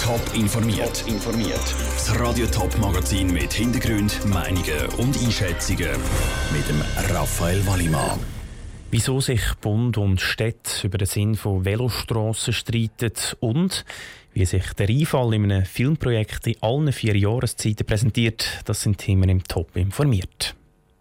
Top informiert. Das Radio Top Magazin mit Hintergrund, Meinungen und Einschätzungen mit dem Raphael Wallimann. Wieso sich Bund und Städte über den Sinn von Velostrassen streiten und wie sich der Einfall in einem Filmprojekt in allen 4 Jahreszeiten präsentiert, das sind Themen im Top informiert.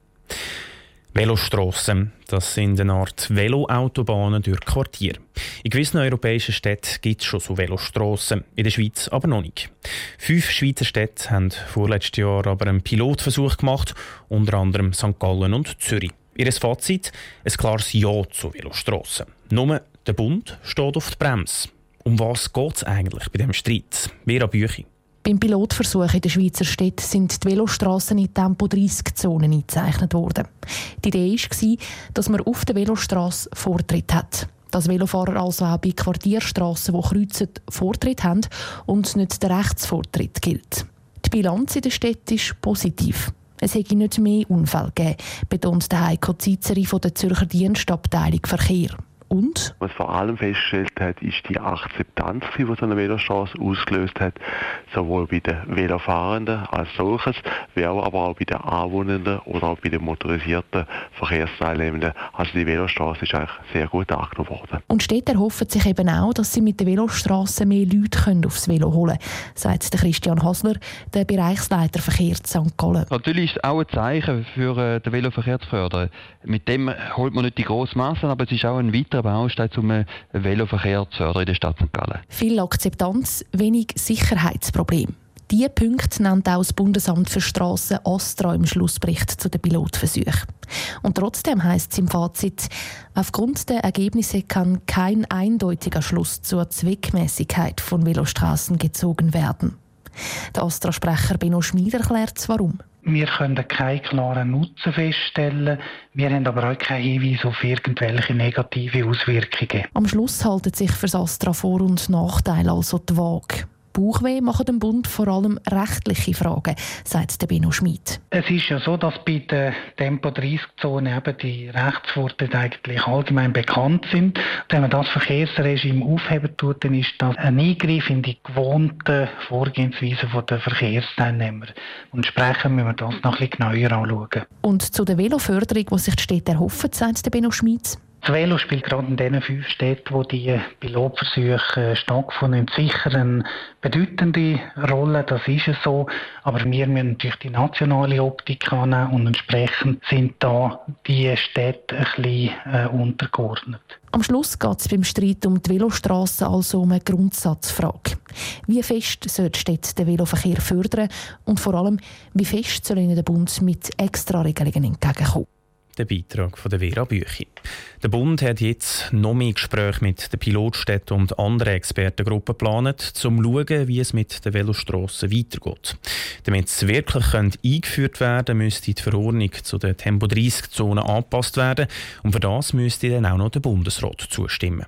Velostrassen, das sind eine Art Veloautobahnen durch Quartier. In gewissen europäischen Städten gibt es schon so Velostrassen, in der Schweiz aber noch nicht. 5 Schweizer Städte haben vorletztes Jahr aber einen Pilotversuch gemacht, unter anderem St. Gallen und Zürich. Ihr Fazit: ein klares Ja zu Velostrassen. Nur der Bund steht auf der Bremse. Um was geht es eigentlich bei diesem Streit? Vera Büchi. Beim Pilotversuch in den Schweizer Städten sind die Velostrassen in Tempo-30-Zonen eingezeichnet worden. Die Idee war, dass man auf der Velostrasse Vortritt hat. Dass Velofahrer also auch bei Quartierstrassen, die kreuzen, Vortritt haben und nicht der Rechtsvortritt gilt. Die Bilanz in der Stadt ist positiv. Es hätte nicht mehr Unfälle gegeben, betont Heiko Zizeri von der Zürcher Dienstabteilung Verkehr. Und? Was vor allem festgestellt hat, ist die Akzeptanz, die so eine Velostrasse ausgelöst hat, sowohl bei den Velofahrenden als solches, wie aber auch bei den Anwohnenden oder auch bei den motorisierten Verkehrsteilnehmenden. Also die Velostrasse ist eigentlich sehr gut angenommen worden. Und Städte erhoffen sich eben auch, dass sie mit der Velostrasse mehr Leute aufs Velo holen können, sagt Christian Hasler, der Bereichsleiter Verkehr St. Gallen. Natürlich ist es auch ein Zeichen für den Veloverkehr zu fördern. Mit dem holt man nicht die grossen Massen, aber es ist auch ein weiterer Baustein, um den Veloverkehr zu fördern in der Stadt St. Gallen. Viel Akzeptanz, wenig Sicherheitsproblem. Diese Punkte nennt auch das Bundesamt für Strassen ASTRA im Schlussbericht zu den Pilotversuchen. Und trotzdem heisst es im Fazit, aufgrund der Ergebnisse kann kein eindeutiger Schluss zur Zweckmäßigkeit von Velostrassen gezogen werden. Der ASTRA-Sprecher Benno Schmid erklärt, warum. Wir können keinen klaren Nutzen feststellen. Wir haben aber auch keinen Hinweis auf irgendwelche negative Auswirkungen. Am Schluss halten sich für das ASTRA Vor- und Nachteile also die Waage. Bauchweh machen dem Bund vor allem rechtliche Fragen, sagt der Benno Schmid. Es ist ja so, dass bei der Tempo-30-Zone eben die Rechtsvorteile eigentlich allgemein bekannt sind. Wenn man das Verkehrsregime aufheben tut, dann ist das ein Eingriff in die gewohnte Vorgehensweise der Verkehrsteilnehmer. Und entsprechend müssen wir das noch ein bisschen genauer anschauen. Und zu der Veloförderung, die sich die Städte erhoffen, sagt der Benno Schmid. Das Velo spielt gerade in den 5 Städten, wo die Pilotversuche stattgefunden haben, sicher eine bedeutende Rolle. Das ist es so. Aber wir müssen natürlich die nationale Optik annehmen und entsprechend sind da die Städte ein bisschen untergeordnet. Am Schluss geht es beim Streit um die Velostrassen also um eine Grundsatzfrage. Wie fest soll die Stadt den Veloverkehr fördern und vor allem, wie fest soll ihnen der Bund mit Extraregelungen entgegenkommen? Der Beitrag von der Vera Büchi. Der Bund hat jetzt noch mehr Gespräche mit den Pilotstädten und anderen Expertengruppen geplant, um zu schauen, wie es mit den Velostrassen weitergeht. Damit es wirklich eingeführt werden könnte, müsste die Verordnung zu den Tempo-30-Zonen angepasst werden. Und für das müsste dann auch noch der Bundesrat zustimmen.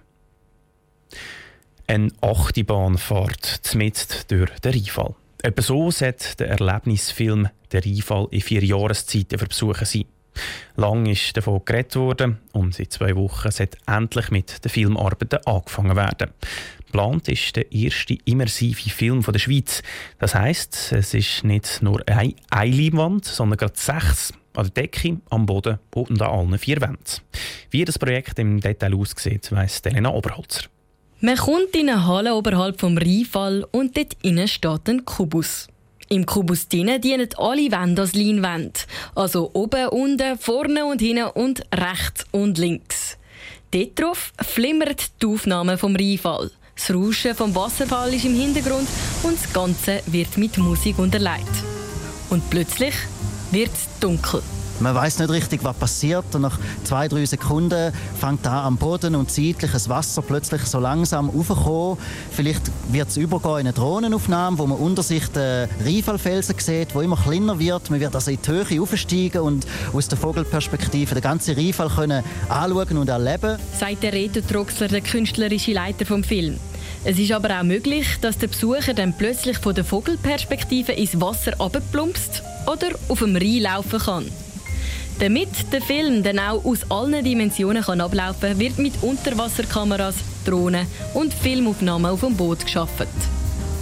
Eine Achterbahnfahrt mitten durch den Rheinfall. Etwa so sollte der Erlebnisfilm «Der Rheinfall» in 4 Jahreszeiten für Besucher sein. Lang ist davon geredet worden und in 2 Wochen sollte endlich mit den Filmarbeiten angefangen werden. Geplant ist der erste immersive Film der Schweiz. Das heisst, es ist nicht nur eine Leinwand, sondern gerade 6 an der Decke, am Boden und an allen 4 Wänden. Wie das Projekt im Detail aussieht, weiss Elena Oberholzer. Man kommt in eine Halle oberhalb vom Rheinfall und dort innen steht ein Kubus. Im Kubus dienen alle Wände als Leinwände. Also oben, unten, vorne und hinten und rechts und links. Dort drauf flimmert die Aufnahme vom Rheinfall. Das Rauschen vom Wasserfall ist im Hintergrund und das Ganze wird mit Musik unterlegt. Und plötzlich wird es dunkel. Man weiss nicht richtig, was passiert. Und nach 2-3 Sekunden fängt da am Boden und seitliches Wasser plötzlich so langsam aufzukommen. Vielleicht wird es übergehen in eine Drohnenaufnahme, wo man unter sich den Rheinfallfelsen sieht, der immer kleiner wird. Man wird also in die Höhe aufsteigen und aus der Vogelperspektive den ganzen Rheinfall können anschauen und erleben. Sagt der Reto Troxler, der künstlerische Leiter vom Film. Es ist aber auch möglich, dass der Besucher dann plötzlich von der Vogelperspektive ins Wasser runterplumpst oder auf dem Rhein laufen kann. Damit der Film dann auch aus allen Dimensionen ablaufen kann, wird mit Unterwasserkameras, Drohnen und Filmaufnahmen auf dem Boot geschaffen.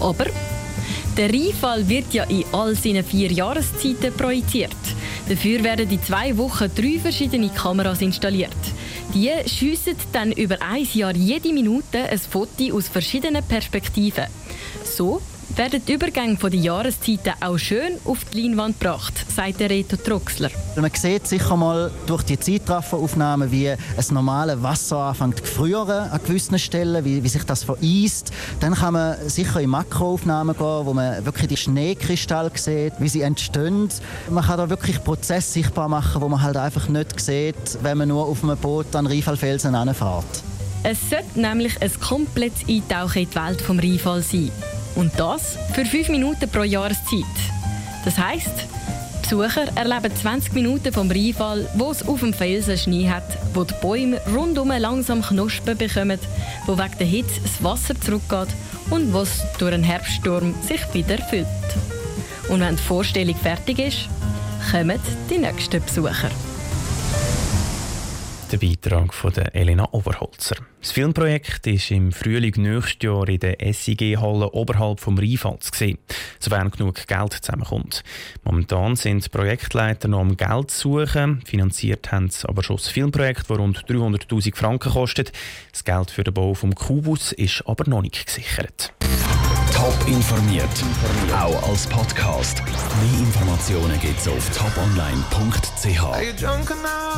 Aber der Rheinfall wird ja in all seinen 4 Jahreszeiten projiziert. Dafür werden in 2 Wochen 3 verschiedene Kameras installiert. Die schiessen dann über 1 Jahr jede Minute ein Foto aus verschiedenen Perspektiven. So werden die Übergänge der Jahreszeiten auch schön auf die Leinwand gebracht, sagt der Reto Troxler. Man sieht sicher mal durch die Zeitrafferaufnahmen, wie ein normales Wasser anfängt zu frieren an gewissen Stellen, wie sich das vereist. Dann kann man sicher in Makroaufnahmen gehen, wo man wirklich die Schneekristalle sieht, wie sie entstehen. Man kann da wirklich Prozesse sichtbar machen, wo man halt einfach nicht sieht, wenn man nur auf einem Boot an Rheinfallfelsen hinfährt. Es sollte nämlich ein komplettes Eintauchen in die Welt des Rheinfalls sein. Und das für 5 Minuten pro Jahreszeit. Das heisst, Besucher erleben 20 Minuten vom Rheinfall, wo es auf dem Felsen Schnee hat, wo die Bäume rundum langsam Knospen bekommen, wo wegen der Hitze das Wasser zurückgeht und wo es durch einen Herbststurm sich wieder füllt. Und wenn die Vorstellung fertig ist, kommen die nächsten Besucher. Der Beitrag von der Elena Oberholzer. Das Filmprojekt ist im Frühling nächstes Jahr in der SIG-Halle oberhalb vom Rheinfall zu sehen, sofern genug Geld zusammenkommt. Momentan sind die Projektleiter noch am Geld suchen. Finanziert haben sie aber schon das Filmprojekt, das rund 300'000 Franken kostet. Das Geld für den Bau des Kubus ist aber noch nicht gesichert. Top informiert, auch als Podcast. Mehr Informationen gibt es auf toponline.ch.